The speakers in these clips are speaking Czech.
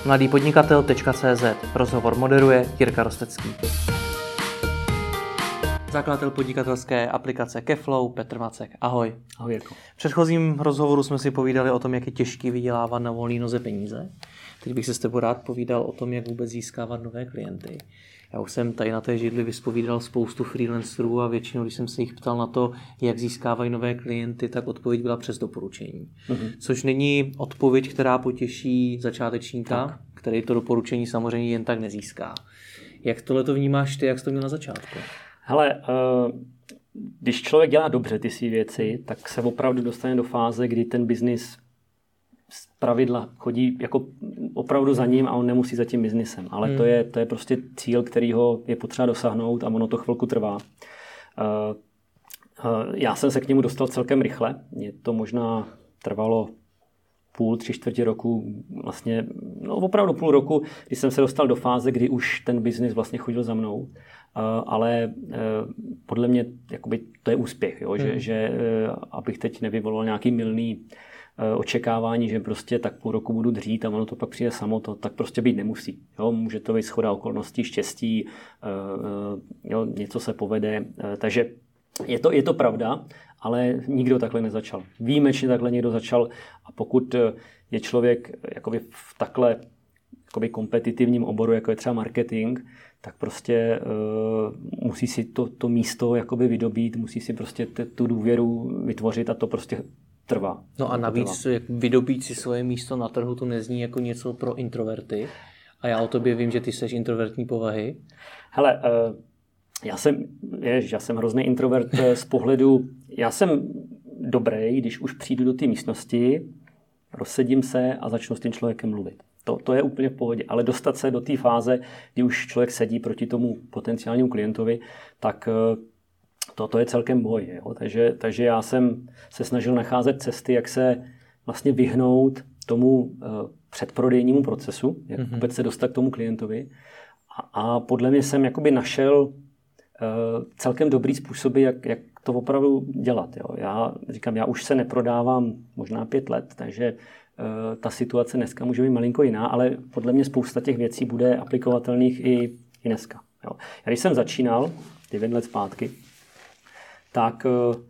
mladýpodnikatel.cz. Rozhovor moderuje Jirka Rostecký. Zakladatel podnikatelské aplikace Keflow, Petr Macek. Ahoj. Ahoj, Jirko. V předchozím rozhovoru jsme si povídali o tom, jak je těžký vydělávat na volné noze peníze. Teď bych se s tebou rád povídal o tom, jak vůbec získávat nové klienty. Já už jsem tady na té židli vyspovídal spoustu freelancerů a většinou, když jsem se jich ptal na to, jak získávají nové klienty, tak odpověď byla přes doporučení. Což není odpověď, která potěší začátečníka, který to doporučení samozřejmě jen tak nezíská. Jak tohle to vnímáš ty, jak jsi to měl na začátku? Hele, když člověk dělá dobře ty svý věci, tak se opravdu dostane do fáze, kdy ten biznis z pravidla chodí jako opravdu za ním a on nemusí za tím biznisem. Ale to je prostě cíl, kterýho je potřeba dosáhnout a ono to chvilku trvá. Já jsem se k němu dostal celkem rychle. Mě to možná trvalo půl, 3/4 roku, vlastně, no opravdu půl roku, kdy jsem se dostal do fáze, kdy už ten biznis vlastně chodil za mnou. Ale podle mě jakoby, to je úspěch, jo? Že abych teď nevyvolal nějaký mylný očekávání, že prostě tak půl roku budu dřít a ono to pak přijde samo, to tak prostě být nemusí. Jo? Může to být shoda okolností, štěstí, jo? Něco se povede, takže je to pravda, ale nikdo takhle nezačal. Výjimečně takhle někdo začal a pokud je člověk jakoby v takhle jakoby kompetitivním oboru, jako je třeba marketing, tak prostě musí si to místo jakoby vydobít, musí si prostě tu důvěru vytvořit a to prostě trvá. No a navíc vydobít si svoje místo na trhu, to nezní jako něco pro introverty. A já o tobě vím, že ty jsi introvertní povahy. Hele, já jsem hrozný introvert z pohledu, já jsem dobrý, když už přijdu do té místnosti, rozsedím se a začnu s tím člověkem mluvit. To je úplně v pohodě, ale dostat se do té fáze, kdy už člověk sedí proti tomu potenciálnímu klientovi, tak to je celkem boj. Jo? Takže já jsem se snažil nacházet cesty, jak se vlastně vyhnout tomu předprodejnímu procesu, jak vůbec se dostat k tomu klientovi. A podle mě jsem jakoby našel celkem dobrý způsoby, jak to opravdu dělat. Jo? Já říkám, já už se neprodávám možná 5 let, takže ta situace dneska může být malinko jiná, ale podle mě spousta těch věcí bude aplikovatelných i dneska. Jo. Já když jsem začínal 9 let zpátky, tak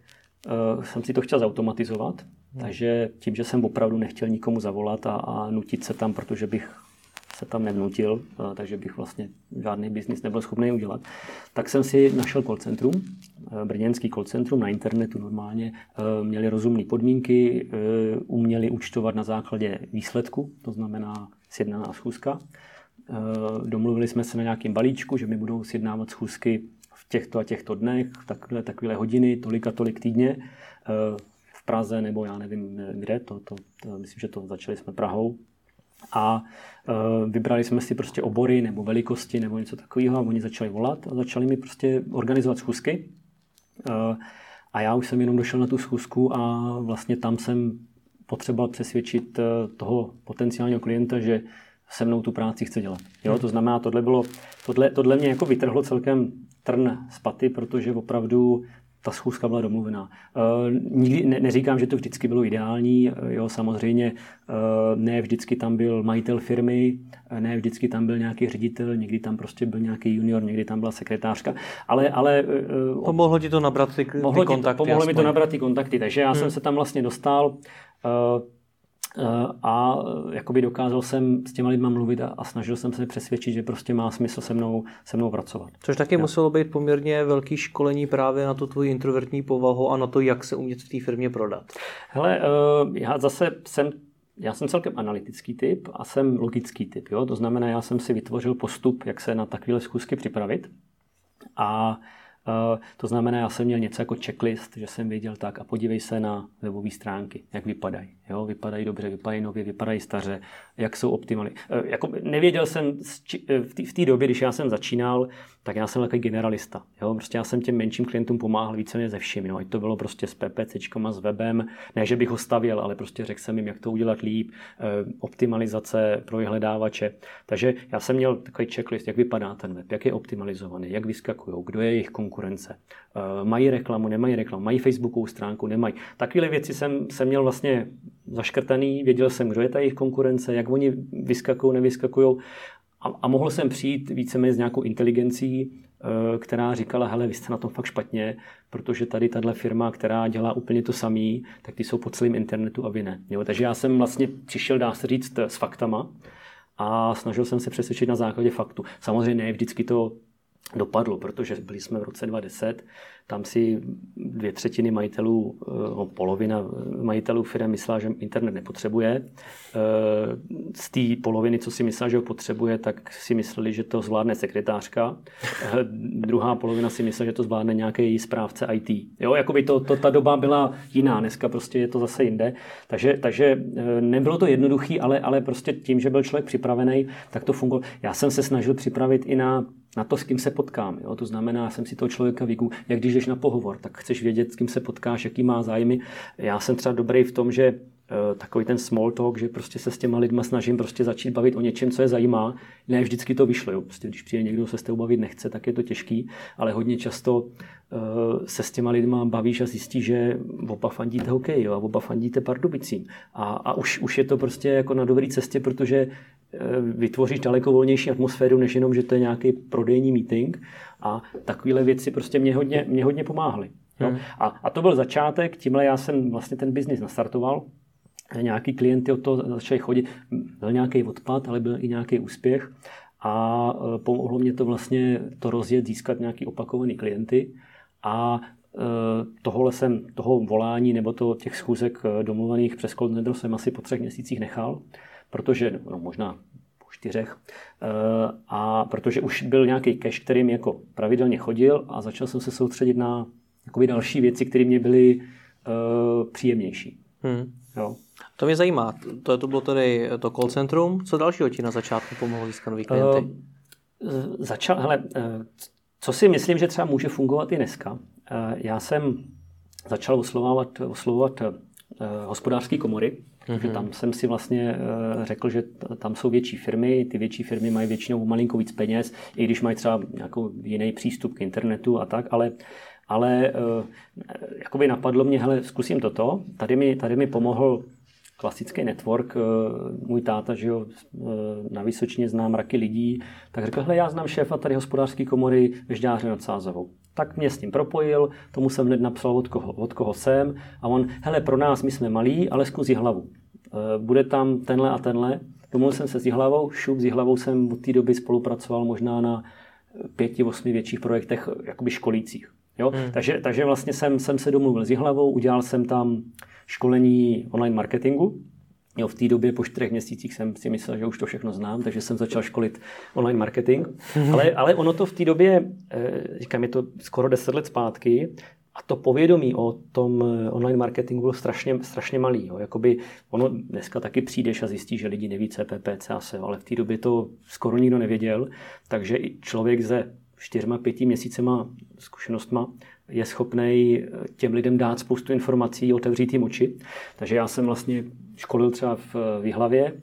jsem si to chtěl zautomatizovat, takže tím, že jsem opravdu nechtěl nikomu zavolat a nutit se tam, protože bych se tam nevnutil, takže bych vlastně žádný biznis nebyl schopný udělat, tak jsem si našel call centrum, brněnský call centrum na internetu normálně, měli rozumné podmínky, uměli účtovat na základě výsledku, to znamená sjednaná schůzka. Domluvili jsme se na nějakém balíčku, že mi budou sjednávat schůzky v těchto a těchto dnech, takové hodiny, tolik a tolik týdně, v Praze nebo já nevím kde, to myslím, že to začali jsme Prahou. A vybrali jsme si prostě obory nebo velikosti nebo něco takového a oni začali volat a začali mi prostě organizovat schůzky. A já už jsem jenom došel na tu schůzku a vlastně tam jsem potřeboval přesvědčit toho potenciálního klienta, že se mnou tu práci chce dělat. Jo, to znamená, tohle mě jako vytrhlo celkem trn z paty, protože opravdu ta schůzka byla domluvená. Nikdy neříkám, že to vždycky bylo ideální, jo, samozřejmě ne vždycky tam byl majitel firmy, ne vždycky tam byl nějaký ředitel, někdy tam prostě byl nějaký junior, někdy tam byla sekretářka, ale pomohlo ti to nabrat ty kontakty. Pomohlo mi to nabrat ty kontakty, takže já jsem se tam vlastně dostal a jakoby dokázal jsem s těma lidma mluvit a snažil jsem se přesvědčit, že prostě má smysl se mnou pracovat. Což taky muselo být poměrně velký školení právě na tu tvoji introvertní povahu a na to, jak se umět v té firmě prodat. Hele, já jsem celkem analytický typ a jsem logický typ. Jo? To znamená, já jsem si vytvořil postup, jak se na takové schůzky připravit. A to znamená, já jsem měl něco jako checklist, že jsem věděl tak a podívej se na webové stránky, jak vypadají. Jo? Vypadají dobře, vypadají nově, vypadají staře, jak jsou optimální. Nevěděl jsem v té době, když já jsem začínal, tak já jsem takový generalista. Jo? Prostě já jsem těm menším klientům pomáhal víceméně ze vším. Jo? Ať to bylo prostě s PPCčkama, s webem, ne, že bych ho stavěl, ale prostě řekl jsem jim, jak to udělat líp, optimalizace pro vyhledávače. Takže já jsem měl takový checklist, jak vypadá ten web, jak je optimalizovaný, jak vyskakují, kdo je jejich konkurent, konkurence. Mají reklamu, nemají reklamu, mají Facebookovou stránku, nemají. Takové věci jsem měl vlastně zaškrtaný, věděl jsem, kdo je ta jejich konkurence, jak oni vyskakují, nevyskakují a mohl jsem přijít víceméně s nějakou inteligencí, která říkala, hele, vy jste na tom fakt špatně, protože tady tahle firma, která dělá úplně to samý, tak ty jsou po celém internetu a vy ne. Jo, takže já jsem vlastně přišel, dá se říct, s faktama a snažil jsem se přesvědčit na základě faktu. Samozřejmě ne vždycky to dopadlo, protože byli jsme v roce 2010, tam si 2/3 majitelů, polovina majitelů firm myslela, že internet nepotřebuje. Z té poloviny, co si myslela, že ho potřebuje, tak si mysleli, že to zvládne sekretářka. Druhá polovina si myslela, že to zvládne nějaký správce IT. Jo, jakoby ta doba byla jiná, dneska prostě je to zase jinde. Takže nebylo to jednoduché, ale prostě tím, že byl člověk připravený, tak to fungovalo. Já jsem se snažil připravit i na to, s kým se potkám. Jo? To znamená, jsem si toho člověka jak když jdeš na pohovor, tak chceš vědět, s kým se potkáš, jaký má zájmy. Já jsem třeba dobrý v tom, že takový ten small talk, že prostě se s těma lidma snažím prostě začít bavit o něčem, co je zajímá. Ne vždycky to vyšlo. Jo? Prostě, když přijde někdo, se s tebou bavit nechce, tak je to těžký, ale hodně často se s těma lidma bavíš a zjistíš, že oba fandíte hokej, jo? A oba fandíte Pardubicím. A už je to prostě jako na dobré cestě, protože vytvoříš daleko volnější atmosféru, než jenom, že to je nějaký prodejní meeting. A takovéhle věci prostě mě hodně pomáhaly. Jo? A to byl začátek, tímhle já jsem vlastně ten biznis nastartoval. Nějaký klienty od toho začali chodit. Byl nějaký odpad, ale byl i nějaký úspěch. A pomohlo mě to vlastně to rozjet, získat nějaký opakovaný klienty. A toho volání nebo těch schůzek domluvaných přes call center jsem asi po 3 měsících nechal, protože, možná po 4, a protože už byl nějaký cash, který mi jako pravidelně chodil a začal jsem se soustředit na jakoby další věci, které mě byly příjemnější. Jo. To mě zajímá. To bylo tedy to call centrum. Co dalšího ti na začátku pomohlo získat nový klienty? Co si myslím, že třeba může fungovat i dneska. Já jsem začal oslovovat hospodářské komory, takže tam jsem si vlastně řekl, že tam jsou větší firmy, ty větší firmy mají většinou malinko víc peněz, i když mají třeba nějaký jiný přístup k internetu a tak, ale jakoby napadlo mě, hele, zkusím toto. Tady mi pomohl klasický network. Můj táta, že jo, na Vysočině zná mraky lidí, tak řekl, hele, já znám šéfa tady hospodářské komory ve Žďáře nad Sázavou. Tak mě s tím propojil, tomu jsem hned napsal, od koho jsem, a on, hele, pro nás, my jsme malí, ale zkus Jihlavu. Bude tam tenhle a tenhle. Domluvil jsem se s Jihlavou, s Jihlavou jsem od té doby spolupracoval možná na 5-8 větších projektech, jakoby školících. Jo? Takže vlastně jsem se domluvil s Jihlavou, udělal jsem tam školení online marketingu. Jo, v té době po 4 měsících jsem si myslel, že už to všechno znám, takže jsem začal školit online marketing. Ale ono to v té době, říkám, je to skoro 10 let zpátky, a to povědomí o tom online marketingu bylo strašně malý. Jo. Jakoby ono dneska taky přijdeš a zjistíš, že lidi neví CPP, SEO, ale v té době to skoro nikdo nevěděl, takže i člověk se 4-5 měsícema zkušenostma je schopný těm lidem dát spoustu informací, otevřít jim oči. Takže já jsem vlastně školil třeba v Jihlavě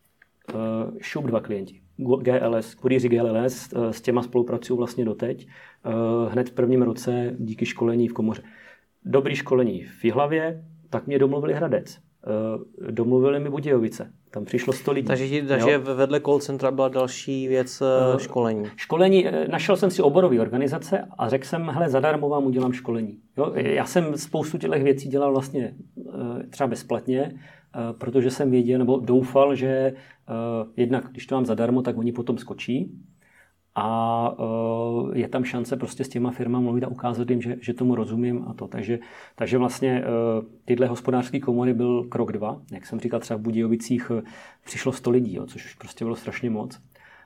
šup 2 klienti. GLS, kurýři GLS, s těma spolupracuju vlastně doteď. Hned v prvním roce díky školení v komoře. Dobrý školení v Jihlavě, tak mě domluvili Hradec. Domluvili mi Budějovice. Tam přišlo 100 lidí. Takže vedle call centra byla další věc školení. Školení, našel jsem si oborové organizace a řekl jsem, hele, zadarmo vám udělám školení. Jo? Já jsem spoustu těch věcí dělal vlastně třeba bezplatně, protože jsem věděl nebo doufal, že jednak, když to mám zadarmo, tak oni potom skočí. A je tam šance prostě s těma firmami mluvit a ukázat jim, že tomu rozumím a to. Takže vlastně tyhle hospodářské komory byl krok 2. Jak jsem říkal, třeba v Budějovicích přišlo 100 lidí, jo, což už prostě bylo strašně moc.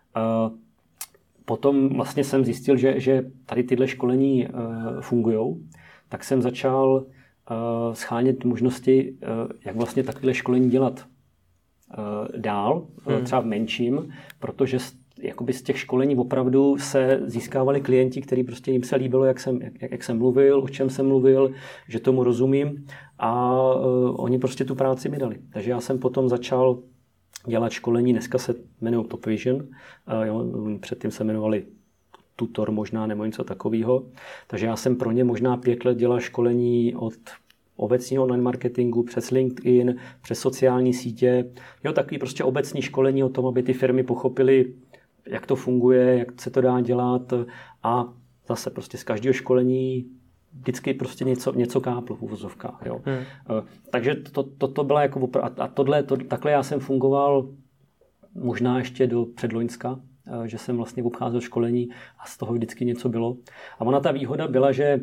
Potom vlastně jsem zjistil, že tady tyhle školení fungujou, tak jsem začal schánět možnosti, jak vlastně takové školení dělat dál, třeba v menším, protože jakoby z těch školení opravdu se získávali klienti, kteří prostě jim se líbilo, jak jsem mluvil, o čem jsem mluvil, že tomu rozumím, a oni prostě tu práci mi dali. Takže já jsem potom začal dělat školení, dneska se jmenují Top Vision, předtím se jmenovali tutor možná nebo něco takového. Takže já jsem pro ně možná 5 let dělal školení od obecního online marketingu přes LinkedIn, přes sociální sítě. Jo, takový prostě obecní školení o tom, aby ty firmy pochopily, jak to funguje, jak se to dá dělat a zase prostě z každého školení vždycky prostě něco káplo v uvozovkách. Jo. Takže to byla jako a takhle já jsem fungoval možná ještě do předloňska, že jsem vlastně obcházel školení a z toho vždycky něco bylo. A ona ta výhoda byla, že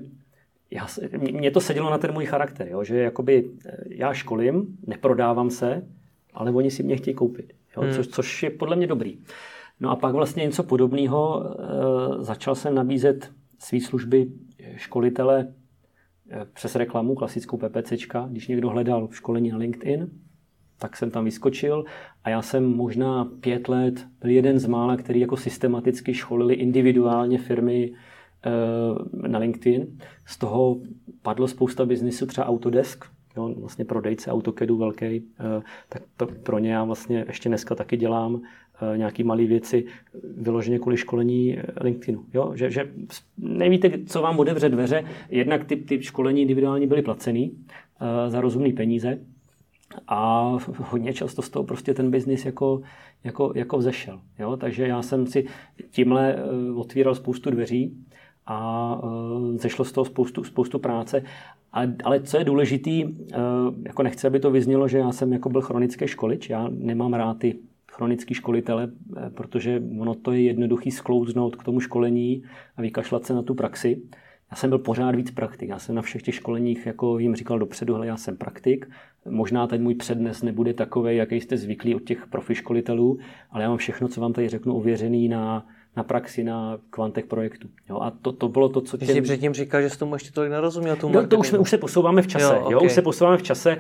mně to sedělo na ten můj charakter, jo, že jakoby já školím, neprodávám se, ale oni si mě chtějí koupit, jo, což je podle mě dobrý. No a pak vlastně něco podobného začal jsem nabízet své služby školitele přes reklamu, klasickou PPCčka, když někdo hledal školení na LinkedIn, tak jsem tam vyskočil a já jsem možná 5 let byl jeden z mála, který jako systematicky školili individuálně firmy na LinkedIn. Z toho padlo spousta biznisu, třeba Autodesk, jo, vlastně prodejce AutoCADu velký, tak pro ně já vlastně ještě dneska taky dělám nějaký malé věci vyloženě kvůli školení LinkedInu. Jo? Že nevíte, co vám otevře dveře. Jednak ty školení individuální byly placený za rozumné peníze a hodně často z toho prostě ten biznis jako vzešel. Jo? Takže já jsem si tímhle otvíral spoustu dveří a zešlo z toho spoustu práce. Ale co je důležitý, jako nechci, aby to vyznělo, že já jsem jako byl chronický školič, já nemám rád ty chronický školitele, protože ono to je jednoduchý sklouznout k tomu školení a vykašlat se na tu praxi. Já jsem byl pořád víc praktik. Já jsem na všech těch školeních jako jim říkal dopředu, hele, já jsem praktik. Možná teď můj přednes nebude takovej, jaký jste zvyklí od těch profi školitelů, ale já mám všechno, co vám tady řeknu, ověřený na praxi, na kvantech projektu. Jo, a to bylo to, co... Ty jsi předtím říkal, že jsi tomu ještě tolik nerozuměl. To už se posouváme v čase. Jo, okay. Už se posouváme v čase.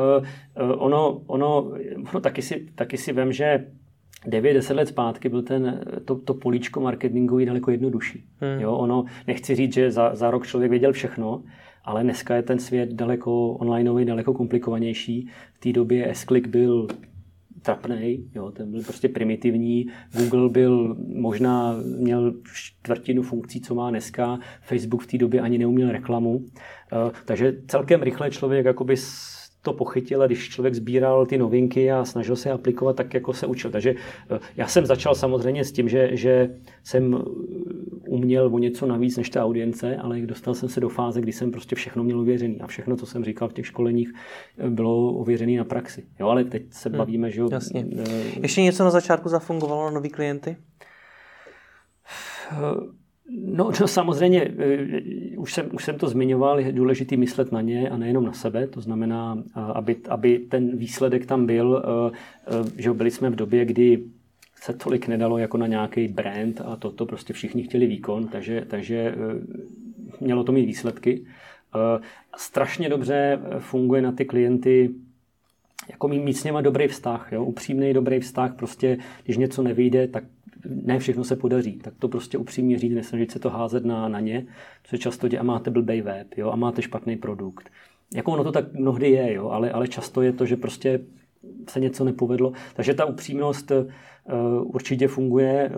Ono taky si vem, že 9-10 let zpátky byl to políčko marketingový daleko jednodušší. Jo, nechci říct, že za rok člověk věděl všechno, ale dneska je ten svět daleko onlineový, daleko komplikovanější. V té době S-Click byl trapnej, jo, ten byl prostě primitivní. Google měl 1/4 funkcí, co má dneska. Facebook v té době ani neuměl reklamu. Takže celkem rychle člověk jakoby to pochytil a když člověk sbíral ty novinky a snažil se aplikovat, tak jako se učil. Takže já jsem začal samozřejmě s tím, že jsem uměl o něco navíc než ta audience, ale dostal jsem se do fáze, kdy jsem prostě všechno měl ověřený a všechno, co jsem říkal v těch školeních, bylo ověřený na praxi. Jo, ale teď se bavíme, že... Jasně. Ještě něco na začátku zafungovalo na nový klienty? No samozřejmě, už jsem to zmiňoval, je důležitý myslet na ně a nejenom na sebe, to znamená, aby ten výsledek tam byl, že byli jsme v době, kdy se tolik nedalo jako na nějaký brand a to prostě všichni chtěli výkon, takže mělo to mít výsledky. Strašně dobře funguje na ty klienty jako mít s něma dobrý vztah, jo? Upřímný dobrý vztah, prostě když něco nevyjde, tak ne všechno se podaří, tak to prostě upřímně říct, nesnažit se to házet na ně, co často dělá, máte blbej web, jo, a máte špatný produkt. Jako ono to tak mnohdy je, jo, ale často je to, že prostě se něco nepovedlo. Takže ta upřímnost určitě funguje,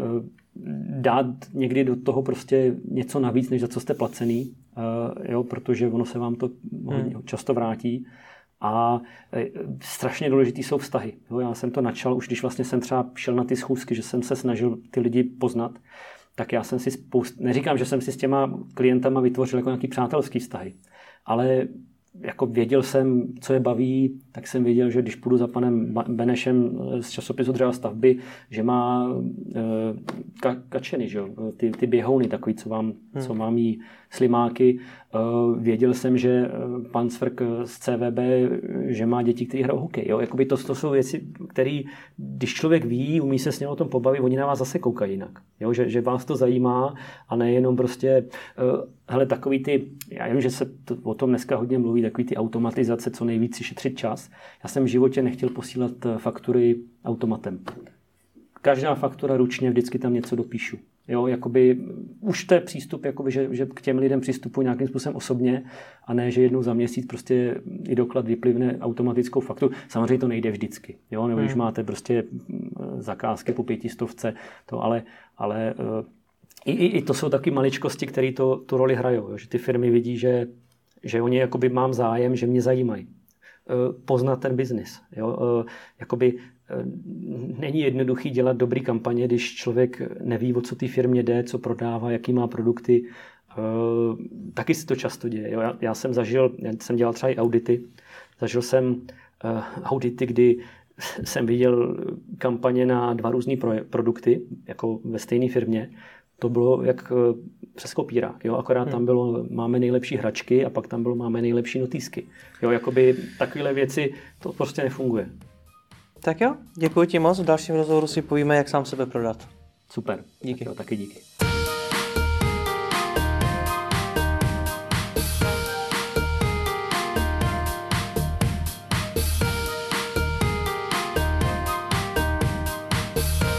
dát někdy do toho prostě něco navíc, než za co jste placený, jo, protože ono se vám to často vrátí. A strašně důležitý jsou vztahy. Jo, já jsem to načal, už když vlastně jsem třeba šel na ty schůzky, že jsem se snažil ty lidi poznat, tak já jsem si neříkám, že jsem si s těma klientama vytvořil jako nějaký přátelský vztahy, ale jako věděl jsem, co je baví, tak jsem věděl, že když půjdu za panem Benešem z časopisu Dřeva stavby, že má kačeny, že jo? Ty běhouny takový, co mám jí slimáky. Věděl jsem, že pan Cvrk z CVB, že má děti, které hrajou hokej. Jo? Jakoby to jsou věci, které, když člověk ví, umí se s ním o tom pobavit, oni na vás zase koukají jinak. Jo? Že vás to zajímá a nejenom prostě hele, takový ty, já vím, že se o tom dneska hodně mluví, takový ty automatizace, co nejvíc si šetřit čas. Já jsem v životě nechtěl posílat faktury automatem. Každá faktura ručně, vždycky tam něco dopíšu. Jo, jakoby, už to je přístup, jakoby, že k těm lidem přistupuji nějakým způsobem osobně a ne, že jednou za měsíc prostě i doklad vyplivne automatickou fakturu. Samozřejmě to nejde vždycky. Jo, nebo když máte prostě zakázky po 500, to ale I to jsou taky maličkosti, které tu roli hrajou. Jo? Že ty firmy vidí, že oni jakoby mám zájem, že mě zajímají. Poznat ten biznis. Není jednoduchý dělat dobrý kampaně, když člověk neví, o co té firmě jde, co prodává, jaký má produkty. Taky se to často děje. Jo? Já jsem dělal třeba i audity. Zažil jsem audity, kdy jsem viděl kampaně na 2 různé produkty, jako ve stejné firmě. To bylo jak přes kopírák. Jo? Akorát tam bylo, máme nejlepší hračky a pak tam bylo, máme nejlepší notýsky. Jo? Jakoby takovéhle věci, to prostě nefunguje. Tak jo, děkuji ti moc. V dalším rozhovoru si povíme, jak sám sebe prodat. Super. Díky. Jo, taky díky.